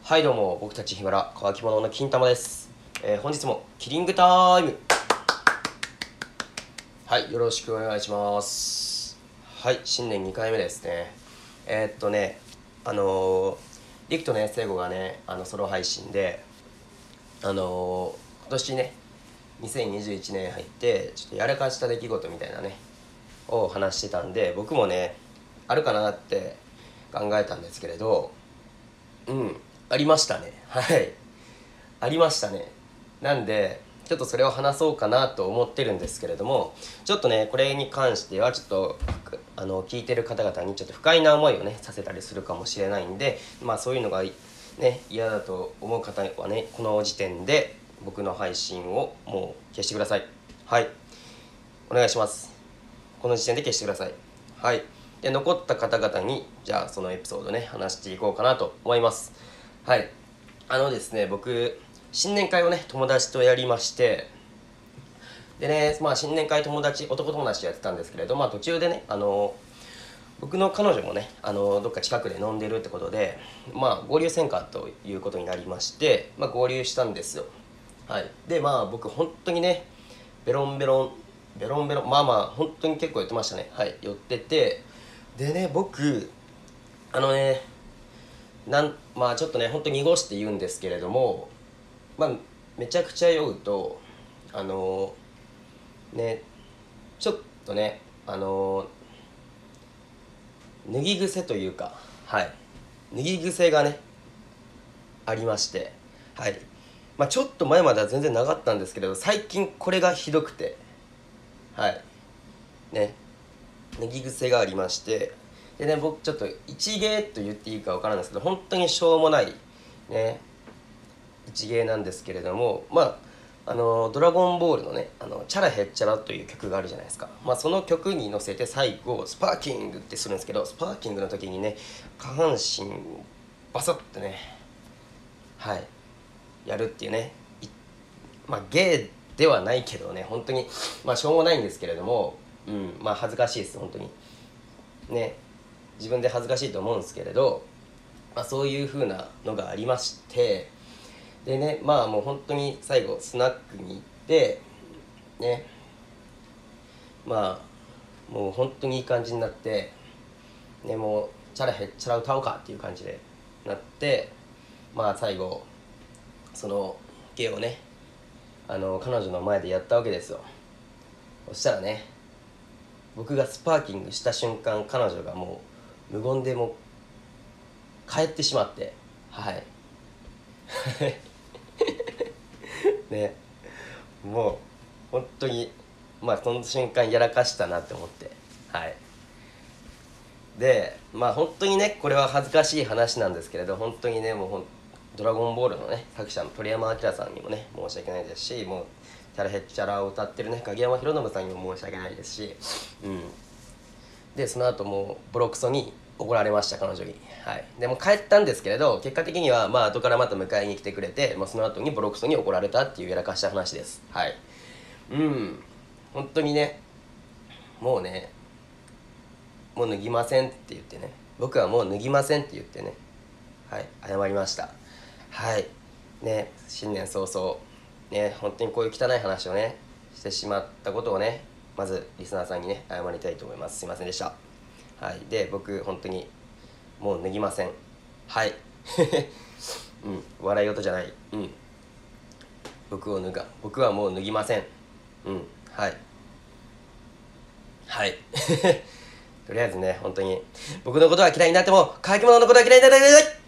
はいどうも、僕たちヒマラ乾き物の金玉です。本日もキリングタイム。はい、よろしくお願いします。はい、新年2回目ですね。リクとね、聖子がね、ソロ配信で、今年ね、2021年入って、ちょっとやらかした出来事みたいなね、を話してたんで、僕もね、あるかなって考えたんですけれど、ありましたね。はい。ありましたね。なんで、ちょっとそれを話そうかなと思ってるんですけれども、ちょっとね、これに関しては、ちょっと、聞いてる方々にちょっと不快な思いをね、させたりするかもしれないんで、そういうのがね、嫌だと思う方はね、この時点で僕の配信をもう消してください。はい。お願いします。この時点で消してください。はい。で、残った方々に、じゃあそのエピソードね、話していこうかなと思います。はい。ですね、僕、新年会をね、友達とやりまして、でね、新年会男友達とやってたんですけれど、途中でね、僕の彼女もね、どっか近くで飲んでるってことで、合流せんかということになりまして、合流したんですよ。はい。で、僕、本当にね、ベロンベロン、本当に結構寄ってましたね。はい、寄ってて、でね、僕、あのね、ちょっとね、本当に濁して言うんですけれども、めちゃくちゃ酔うと、あのね、ちょっとね、脱ぎ癖というか、はい、脱ぎ癖がね、ありまして、はい。ちょっと前までは全然なかったんですけれど、最近これがひどくて、はい、ね、脱ぎ癖がありまして、でね、僕ちょっと一芸と言っていいかわからないですけど、本当にしょうもないね、一芸なんですけれども、ドラゴンボールのね、チャラヘッチャラという曲があるじゃないですか。その曲に乗せて最後、スパーキングってするんですけど、スパーキングの時にね、下半身バサッてね、はい、やるっていうね、芸ではないけどね、本当に、しょうもないんですけれども、恥ずかしいです、本当に。ね、自分で恥ずかしいと思うんですけれど、そういう風なのがありまして、でね、もう本当に最後スナックに行ってね、もう本当にいい感じになって、ね、もうチャラヘッチャラ歌おうかっていう感じでなって、最後その芸をね、彼女の前でやったわけですよ。そしたらね、僕がスパーキングした瞬間、彼女がもう無言でもう帰ってしまって、はいね、もう本当にその瞬間やらかしたなって思って、はい。で本当にね、これは恥ずかしい話なんですけれど、本当にね、もうドラゴンボールのね作者の鳥山明さんにもね申し訳ないですし、もうチャラヘッチャラを歌ってるね影山博信さんにも申し訳ないですし、でその後もうボロクソに怒られました、彼女に。はい。でも帰ったんですけれど、結果的には後からまた迎えに来てくれて、その後にボロクソに怒られたっていうやらかした話です。はい。本当にね、もうね、もう脱ぎませんって言ってね、僕はもう脱ぎませんって言ってね、はい、謝りました。はい。ね、新年早々ね、本当にこういう汚い話をねしてしまったことをね、まずリスナーさんにね謝りたいと思います。すいませんでした。はい。で、僕本当にもう脱ぎません。はい笑い事じゃない。僕はもう脱ぎません。はい。はいとりあえずね、本当に僕のことは嫌いになっても乾き物のことは嫌いになってください。